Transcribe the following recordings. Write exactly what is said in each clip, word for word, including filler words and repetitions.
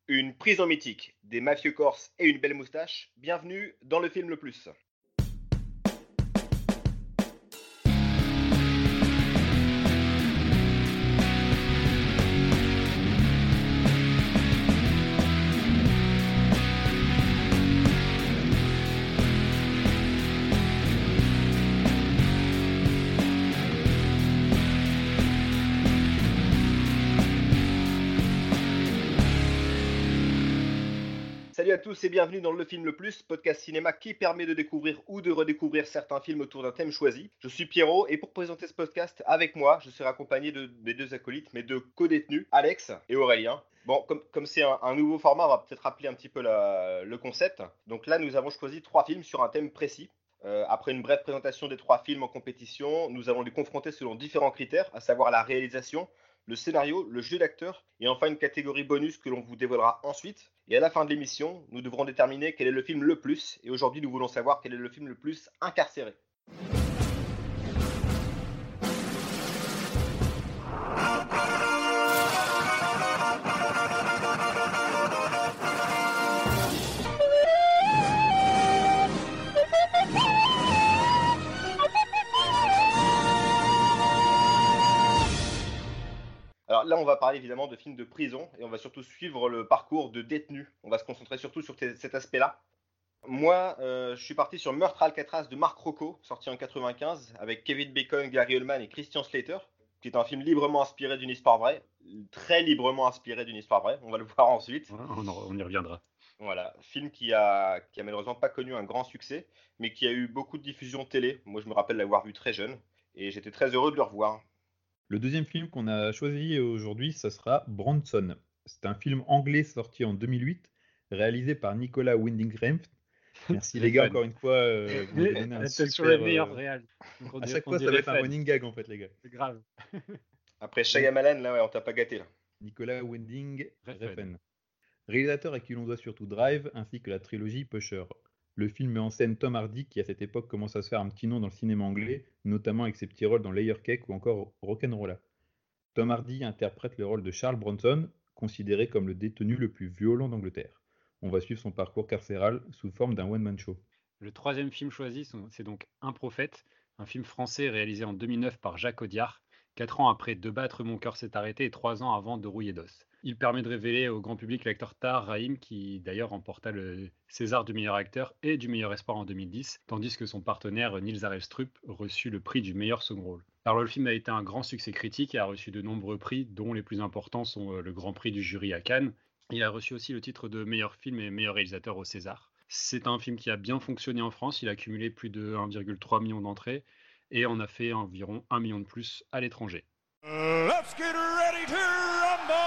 Une prison mythique, des mafieux corses et une belle moustache, bienvenue dans le film le plus. Salut à tous et bienvenue dans Le Film Le Plus, podcast cinéma qui permet de découvrir ou de redécouvrir certains films autour d'un thème choisi. Je suis Pierrot et pour présenter ce podcast avec moi, je serai accompagné de mes deux acolytes, mes deux co-détenus, Alex et Aurélien. Bon, comme comme c'est un, un nouveau format, on va peut-être rappeler un petit peu la- le concept. Donc là, nous avons choisi trois films sur un thème précis. Euh, après une brève présentation des trois films en compétition, nous allons les confronter selon différents critères, à savoir la réalisation, le scénario, le jeu d'acteur et enfin une catégorie bonus que l'on vous dévoilera ensuite. Et à la fin de l'émission, nous devrons déterminer quel est le film le plus. Et aujourd'hui, nous voulons savoir quel est le film le plus incarcéré. Alors là, on va parler évidemment de films de prison et on va surtout suivre le parcours de détenus. On va se concentrer surtout sur t- cet aspect-là. Moi, euh, je suis parti sur Meurtre à Alcatraz de Marc Rocco, sorti en quatre-vingt-quinze, avec Kevin Bacon, Gary Oldman et Christian Slater, qui est un film librement inspiré d'une histoire vraie, très librement inspiré d'une histoire vraie. On va le voir ensuite. Ouais, on, en- on y reviendra. Voilà, film qui a, qui a malheureusement pas connu un grand succès, mais qui a eu beaucoup de diffusion télé. Moi, je me rappelle l'avoir vu très jeune, et j'étais très heureux de le revoir. Le deuxième film qu'on a choisi aujourd'hui, ça sera Bronson. C'est un film anglais sorti en deux mille huit, réalisé par Nicolas Winding Refn. Merci les gars, Stéphane. encore une fois, euh, vous m'avez donné un T'es sur les super. meilleurs euh, réals. Donc on À dirait, chaque on fois, ça va dirait être un fan. running gag en fait, les gars. C'est grave. Après Donc, Shyamalan, là, ouais, on t'a pas gâté, là. Nicolas Winding Refn. Refn, réalisateur à qui l'on doit surtout Drive ainsi que la trilogie Pusher. Le film met en scène Tom Hardy qui à cette époque commence à se faire un petit nom dans le cinéma anglais, notamment avec ses petits rôles dans Layer Cake ou encore Rock'n'Rolla. Tom Hardy interprète le rôle de Charles Bronson, considéré comme le détenu le plus violent d'Angleterre. On va suivre son parcours carcéral sous forme d'un one-man show. Le troisième film choisi, son- c'est donc Un prophète, un film français réalisé en deux mille neuf par Jacques Audiard, quatre ans après De battre mon cœur s'est arrêté et trois ans avant De rouiller d'os. Il permet de révéler au grand public l'acteur Tahar Rahim qui d'ailleurs remporta le César du meilleur acteur et du meilleur espoir en deux mille dix, tandis que son partenaire Nils Arestrup reçut le prix du meilleur second rôle. Alors le film a été un grand succès critique et a reçu de nombreux prix, dont les plus importants sont euh, le Grand Prix du jury à Cannes. Il a reçu aussi le titre de meilleur film et meilleur réalisateur au César. C'est un film qui a bien fonctionné en France, il a cumulé plus de un virgule trois million d'entrées et en a fait environ un million de plus à l'étranger. Let's get ready to rumble!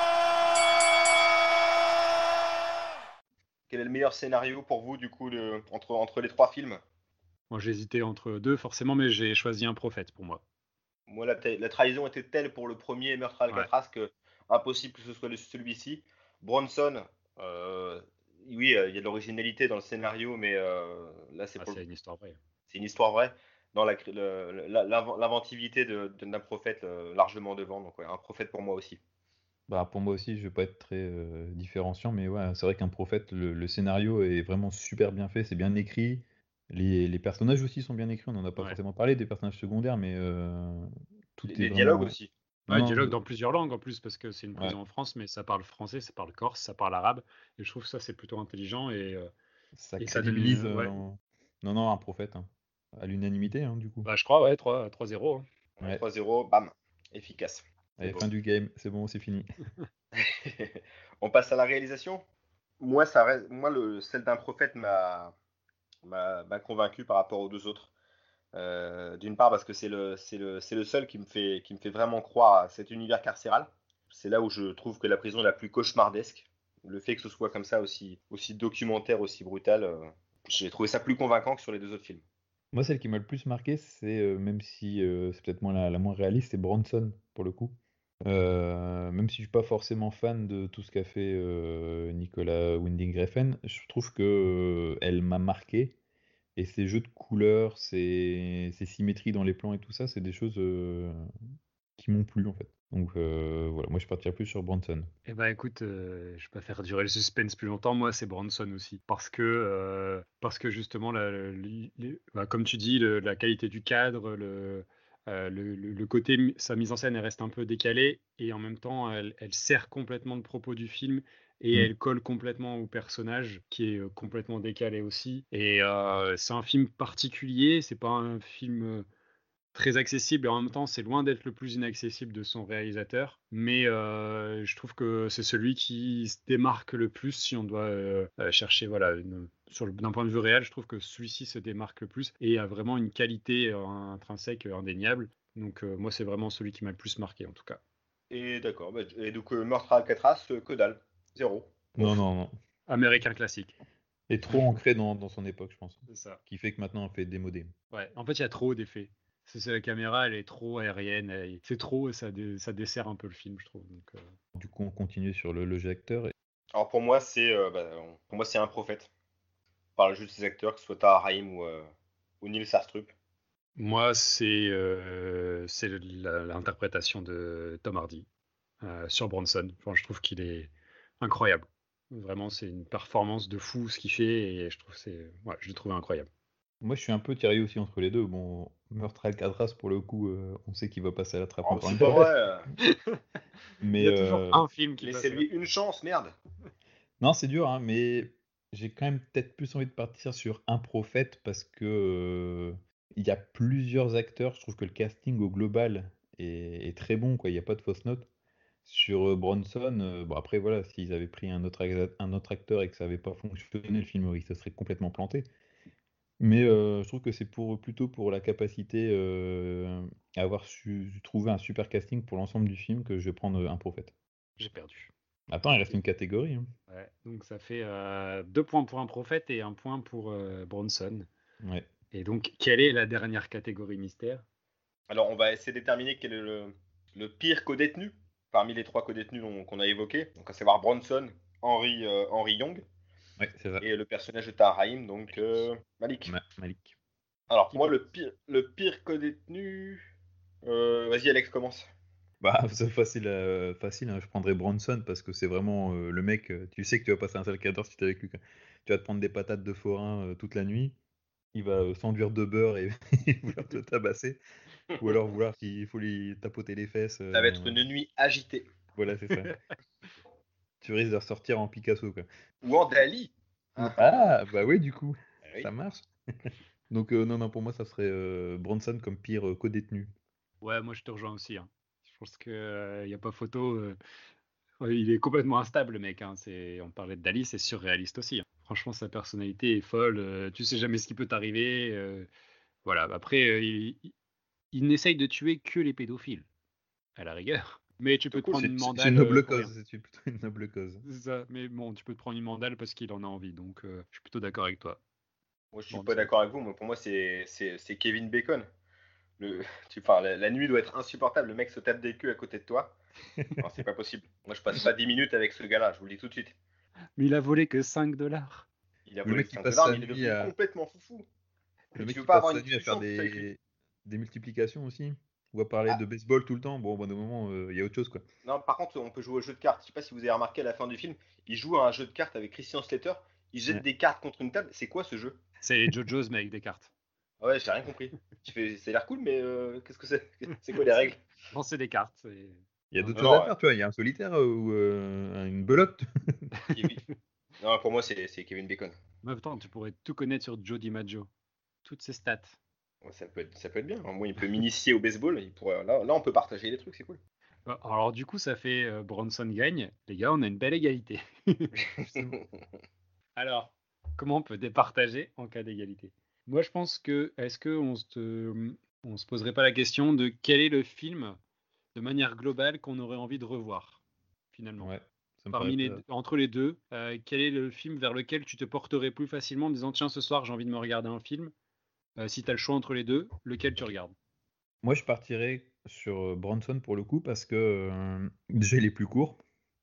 Quel est le meilleur scénario pour vous, du coup, de- entre, entre les trois films? Moi j'hésitais entre deux forcément, mais j'ai choisi Un prophète pour moi. Moi, la, ta- la trahison était telle pour le premier Meurtre à Ouais, Alcatraz que impossible que ce soit le- celui-ci. Bronson, euh, oui, euh, il y a de l'originalité dans le scénario, mais euh, là, c'est ah, pour le- c'est une histoire vraie. c'est une histoire vraie. Dans la, cré- le- le- la- l'inven- l'inventivité de, de- d'un prophète euh, largement devant. Donc, ouais, un prophète pour moi aussi. Bah, pour moi aussi, je vais pas être très euh, différenciant, mais ouais, c'est vrai qu'un prophète, le, le scénario est vraiment super bien fait, c'est bien écrit. Les, les personnages aussi sont bien écrits, on n'en a pas Ouais. forcément parlé des personnages secondaires, mais euh, tout Les, est les vraiment. dialogues aussi. Non, Ouais, non, dialogue de- dans plusieurs langues en plus, parce que c'est une ouais, prison en France, mais ça parle français, ça parle corse, ça parle arabe, et je trouve que ça c'est plutôt intelligent et, euh, ça et ça donne crédibilise. une... euh, Ouais, en- Non, non, un prophète, hein. À l'unanimité, hein, du coup. bah, je crois, ouais, trois zéro. Hein. Ouais, Ouais, trois zéro, bam, efficace. C'est allez, beau. fin du game, c'est bon, c'est fini. On passe à la réalisation. Moi, ça reste, moi le, celle d'un prophète m'a m'a m'a convaincu par rapport aux deux autres. Euh, d'une part parce que c'est le, c'est le, c'est le seul qui me fait, qui me fait vraiment croire à cet univers carcéral. C'est là où je trouve que la prison est la plus cauchemardesque. Le fait que ce soit comme ça, aussi, aussi documentaire, aussi brutal, euh, j'ai trouvé ça plus convaincant que sur les deux autres films. Moi, celle qui m'a le plus marqué, c'est, euh, même si euh, c'est peut-être moins la, la moins réaliste, c'est Bronson, pour le coup. Euh, même si je suis pas forcément fan de tout ce qu'a fait euh, Nicolas Winding Refn, je trouve que euh, elle m'a marqué. Et ces jeux de couleurs, ces, ces symétries dans les plans et tout ça, c'est des choses euh, qui m'ont plu en fait. Donc euh, voilà, moi je partirais plus sur Bronson. Eh ben écoute, euh, je vais pas faire durer le suspense plus longtemps. Moi, c'est Bronson aussi, parce que euh, parce que justement, la- la- li- li- bah, comme tu dis, le- la qualité du cadre, le, euh, le, le- le côté, mi- sa mise en scène, elle reste un peu décalée et en même temps, elle, elle sert complètement le propos du film et Mm. elle colle complètement au personnage qui est euh, complètement décalé aussi. Et euh, c'est un film particulier. C'est pas un film euh, très accessible et en même temps c'est loin d'être le plus inaccessible de son réalisateur, mais euh, je trouve que c'est celui qui se démarque le plus si on doit euh, euh, chercher voilà une- sur le- d'un point de vue réel. Je trouve que celui-ci se démarque le plus et a vraiment une qualité euh, intrinsèque euh, indéniable. Donc euh, moi c'est vraiment celui qui m'a le plus marqué en tout cas. Et d'accord. Bah, et donc, euh, Meurtre à Alcatraz, euh, que dalle. Zéro. Non, Bof. non, non. Américain classique. Et trop ancré dans, dans son époque, je pense. C'est ça. Qui fait que maintenant on fait démodé. Ouais, en fait il y a trop d'effets. C'est c'est la caméra, elle est trop aérienne, elle- c'est trop et ça, dé- ça dessert un peu le film, je trouve. Donc, euh, Du coup, on continue sur le, le jeu acteur. Et... Alors, pour moi, c'est euh, bah, pour moi, c'est un prophète. Par le jeu de ses acteurs, que ce soit Tahar Rahim ou, euh, ou Neil Sarstrup. Moi, c'est euh, c'est la- l'interprétation de Tom Hardy euh, sur Bronson. Enfin, je trouve qu'il est incroyable. Vraiment, c'est une performance de fou ce qu'il fait et je trouve que c'est ouais, je l'ai trouvé incroyable. Moi, je suis un peu tiraillé aussi entre les deux. Bon, Meurtre à Alcatraz, pour le coup, euh, on sait qu'il va passer à la trappe Oh, encore c'est une pas fois. vrai. euh. Il Mais y a toujours euh, un film qui passe. Laissez-lui une chance, merde. non, c'est dur, hein, mais j'ai quand même peut-être plus envie de partir sur un prophète parce que euh, il y a plusieurs acteurs. Je trouve que le casting au global est, est très bon, quoi. Il n'y a pas de fausse note. Sur euh, Bronson, euh, bon après voilà, s'ils avaient pris un autre, exa- un autre acteur et que ça n'avait pas fonctionné, le film il se serait complètement planté. Mais euh, je trouve que c'est pour, plutôt pour la capacité euh, à avoir su trouver un super casting pour l'ensemble du film que je vais prendre un prophète. J'ai perdu. Attends, il reste une catégorie, hein. Ouais, donc ça fait euh, deux points pour un prophète et un point pour euh, Bronson. Ouais. Et donc, quelle est la dernière catégorie mystère? Alors, on va essayer de déterminer quel est le, le pire codétenu parmi les trois codétenus dont- qu'on a évoqués. Donc, à savoir Bronson, Henry, euh, Henry Young Ouais, c'est ça. et le personnage de Tahar Rahim, donc euh, Malik. Ma- Malik. Alors, Qui pour moi, commence? le pire, le pire codétenu. Euh, vas-y, Alex, commence. Bah, c'est facile, à- facile, hein. Je prendrais Bronson parce que c'est vraiment euh, le mec. euh, Tu sais que tu vas passer un sale quart d'heure si t'es avec lui, quoi. Tu vas te prendre des patates de forain euh, toute la nuit. Il va euh, s'enduire de beurre et vouloir te tabasser. Ou alors vouloir qu'il faut lui tapoter les fesses. Ça va être euh, une nuit agitée. Voilà, c'est ça. Tu risques de ressortir en Picasso, quoi. Ou en Dali. Ah, ah, Ah, bah oui, du coup, ah. Oui. ça marche. Donc, euh, non, non, pour moi, ça serait euh, Bronson comme pire euh, co-détenu. Ouais, moi je te rejoins aussi, hein. Je pense qu'il n'y a pas photo. euh, ouais, il est complètement instable, le mec, hein. C'est, on parlait de Dali, c'est surréaliste aussi, hein. Franchement, sa personnalité est folle. euh, tu sais jamais ce qui peut t'arriver. euh, voilà. Après, euh, il, il- il n'essaye de tuer que les pédophiles, à la rigueur. Mais tu peux C'est te cool, prendre C'est une c'est- c'est une mandale euh, noble pour rien. cause, c'est plutôt une noble cause. C'est ça. Mais bon, tu peux te prendre une mandale parce qu'il en a envie. Donc, euh, je suis plutôt d'accord avec toi. Moi, je suis Bon, pas d'accord avec vous. Moi, pour moi, c'est c'est- c'est Kevin Bacon. Le, tu, enfin, la, la nuit doit être insupportable. Le mec se tape des queues à côté de toi. Non, c'est pas possible. Moi, je passe pas dix minutes avec ce gars-là. Je vous le dis tout de suite. mais il a volé que cinq dollars. Il a Le volé mec qui cinq passe dollars, sa mais il est nuit devenu à, complètement foufou. le Tu mec veux qui pas passe avoir sa une nuit à faire discussion avec lui. des, des multiplications aussi, ou à parler Ah, de baseball tout le temps. Bon, au bout d'un moment, il y a autre chose, quoi. non, par contre, on peut jouer au jeu de cartes. Je sais pas si vous avez remarqué à la fin du film, il joue à un jeu de cartes avec Christian Slater. Il jette Ouais. des cartes contre une table. C'est quoi ce jeu? C'est les JoJo's, mais avec des cartes. Ah ouais, j'ai rien compris. Tu fais, ça a l'air cool, mais euh, qu'est-ce que c'est? C'est quoi les règles? Non, c'est des cartes. c'est- Il y a Non, d'autres Non, choses à non, faire, tu vois. Il y a un solitaire euh, ou euh, une belote. Kevin- non, pour moi, c'est c'est Kevin Bacon. En même temps, tu pourrais tout connaître sur Joe DiMaggio. Toutes ses stats. Ouais, ça peut être, ça peut être bien. Moi, il peut m'initier au baseball. Il pourrait, là, là, on peut partager des trucs, c'est cool. Bon, alors du coup, ça fait euh, Bronson gagne. Les gars, on a une belle égalité. Justement. Alors, comment on peut départager en cas d'égalité? Moi, je pense que est-ce que on se, on se poserait pas la question de quel est le film de manière globale qu'on aurait envie de revoir finalement? Ouais, ça me Parmi paraît les, pas- entre les deux, euh, quel est le film vers lequel tu te porterais plus facilement en disant tiens, ce soir j'ai envie de me regarder un film. Euh, si tu as le choix entre les deux, lequel tu regardes? Moi, je partirais sur euh, Bronson pour le coup parce que euh, déjà, il est plus court.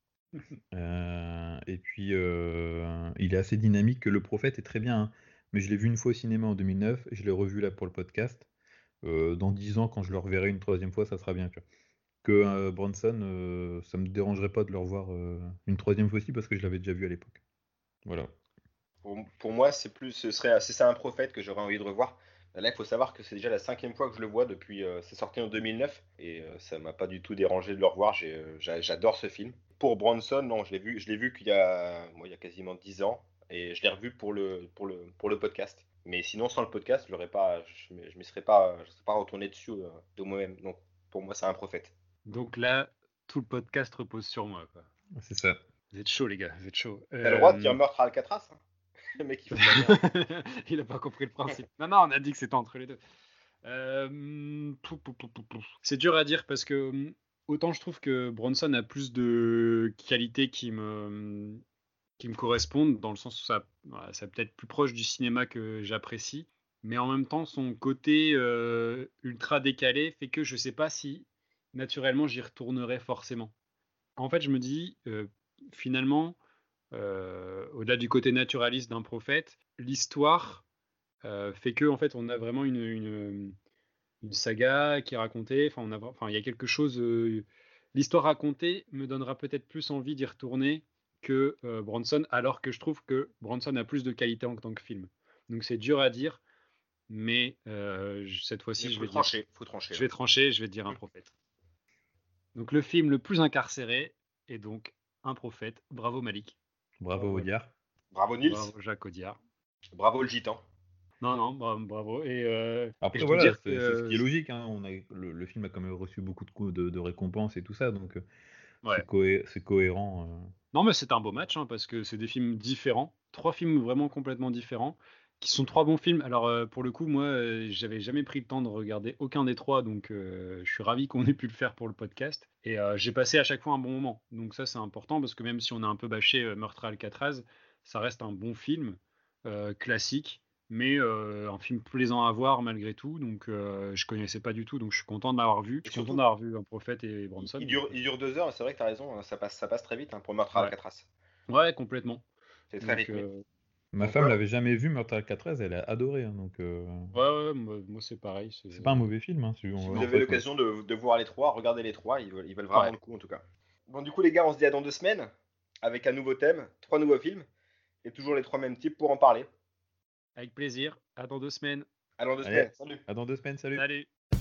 Euh, et puis, euh, il est assez dynamique. Le Prophète est très bien, hein. Mais je l'ai vu une fois au cinéma en deux mille neuf. Je l'ai revu là pour le podcast. Euh, dans dix ans, quand je le reverrai une troisième fois, ça sera bien, tu vois. que euh, Bronson, euh, ça me dérangerait pas de le revoir euh, une troisième fois aussi parce que je l'avais déjà vu à l'époque. Voilà. Pour, pour moi, c'est plus, ce serait, c'est ça un prophète que j'aurais envie de revoir. Là, il faut savoir que c'est déjà la cinquième fois que je le vois depuis. Euh, c'est sorti en deux mille neuf et euh, ça m'a pas du tout dérangé de le revoir. J'ai, euh, j'a- j'adore ce film. Pour Bronson, non, je l'ai vu, je l'ai vu qu'il y a, moi, il y a quasiment dix ans et je l'ai revu pour le, pour le, pour le podcast. Mais sinon, sans le podcast, je l'aurais pas, je, m'y- je m'y serais pas, je serais pas retourné dessus euh, de moi-même. Donc, pour moi, c'est un prophète. Donc là, tout le podcast repose sur moi, quoi. C'est ça. Vous êtes chaud, les gars, vous êtes chaud. T'as le droit de dire Euh, meurtre à Alcatraz, hein. Le mec, il fout de la merde. Il a pas compris le principe. Non, non, on a dit que c'était entre les deux. Euh, pou, pou, pou, pou, pou. C'est dur à dire parce que hum, autant je trouve que Bronson a plus de qualités qui me, qui me correspondent, dans le sens où ça, voilà, c'est peut-être plus proche du cinéma que j'apprécie, mais en même temps, son côté euh, ultra décalé fait que je sais pas si naturellement j'y retournerai forcément. En fait, je me dis, euh, finalement, euh, au-delà du côté naturaliste d'un prophète, l'histoire euh, fait que en fait on a vraiment une, une, une saga qui est racontée. Enfin, on a, enfin, il y a quelque chose. Euh, l'histoire racontée me donnera peut-être plus envie d'y retourner que euh, Bronson, alors que je trouve que Bronson a plus de qualité en tant que film. Donc c'est dur à dire, mais euh, je- cette Mais fois-ci je faut vais dire, trancher, faut trancher, je là. vais trancher, je vais dire un prophète. Donc le film le plus incarcéré est donc un prophète. Bravo Malik, Bravo bravo, Audiard. Bravo Nils, bravo Jacques Audiard. bravo le gitan. Non, non, bra- bravo. Et, euh, et Après je dois voilà, dire que c'est c'est ce qui est euh, logique. Hein. On a, le, le film a quand même reçu beaucoup de coups de, de récompenses et tout ça, donc euh, c'est ouais. cohé- c'est cohérent. euh. Non, mais c'est un beau match hein, parce que c'est des films différents, trois films vraiment complètement différents, qui sont trois bons films. Alors euh, pour le coup, moi, euh, j'avais jamais pris le temps de regarder aucun des trois, donc euh, je suis ravi qu'on ait pu le faire pour le podcast. Et euh, j'ai passé à chaque fois un bon moment. Donc ça, c'est important parce que même si on a un peu bâché euh, Meurtre à Alcatraz, ça reste un bon film euh, classique, mais euh, un film plaisant à voir malgré tout. Donc euh, je connaissais pas du tout, donc je suis content de l'avoir vu. Et Je suis content surtout, d'avoir vu Un Prophète et il, Bronson. il Donc, dure, il dure deux heures, et c'est vrai que t'as raison, hein, ça passe, ça passe très vite hein, pour meurtre euh, à ouais, Alcatraz. ouais, complètement. C'est très Donc, rythmé. euh, Ma Donc femme voilà, l'avait jamais vu, Meurtre à Alcatraz, elle a adoré. Hein, donc euh, ouais, ouais, moi, moi, c'est pareil. C'est... c'est pas un mauvais film. Hein, si si on- vous en avez fait, ouais. l'occasion de, de voir les trois, regardez les trois, ils, veulent- ils valent vraiment Ouais, le coup en tout cas. Bon, du coup, les gars, on se dit à dans deux semaines, avec un nouveau thème, trois nouveaux films, et toujours les trois mêmes types pour en parler. avec plaisir. À dans deux semaines. À dans deux Allez, semaines, salut! à dans deux semaines, salut. Salut.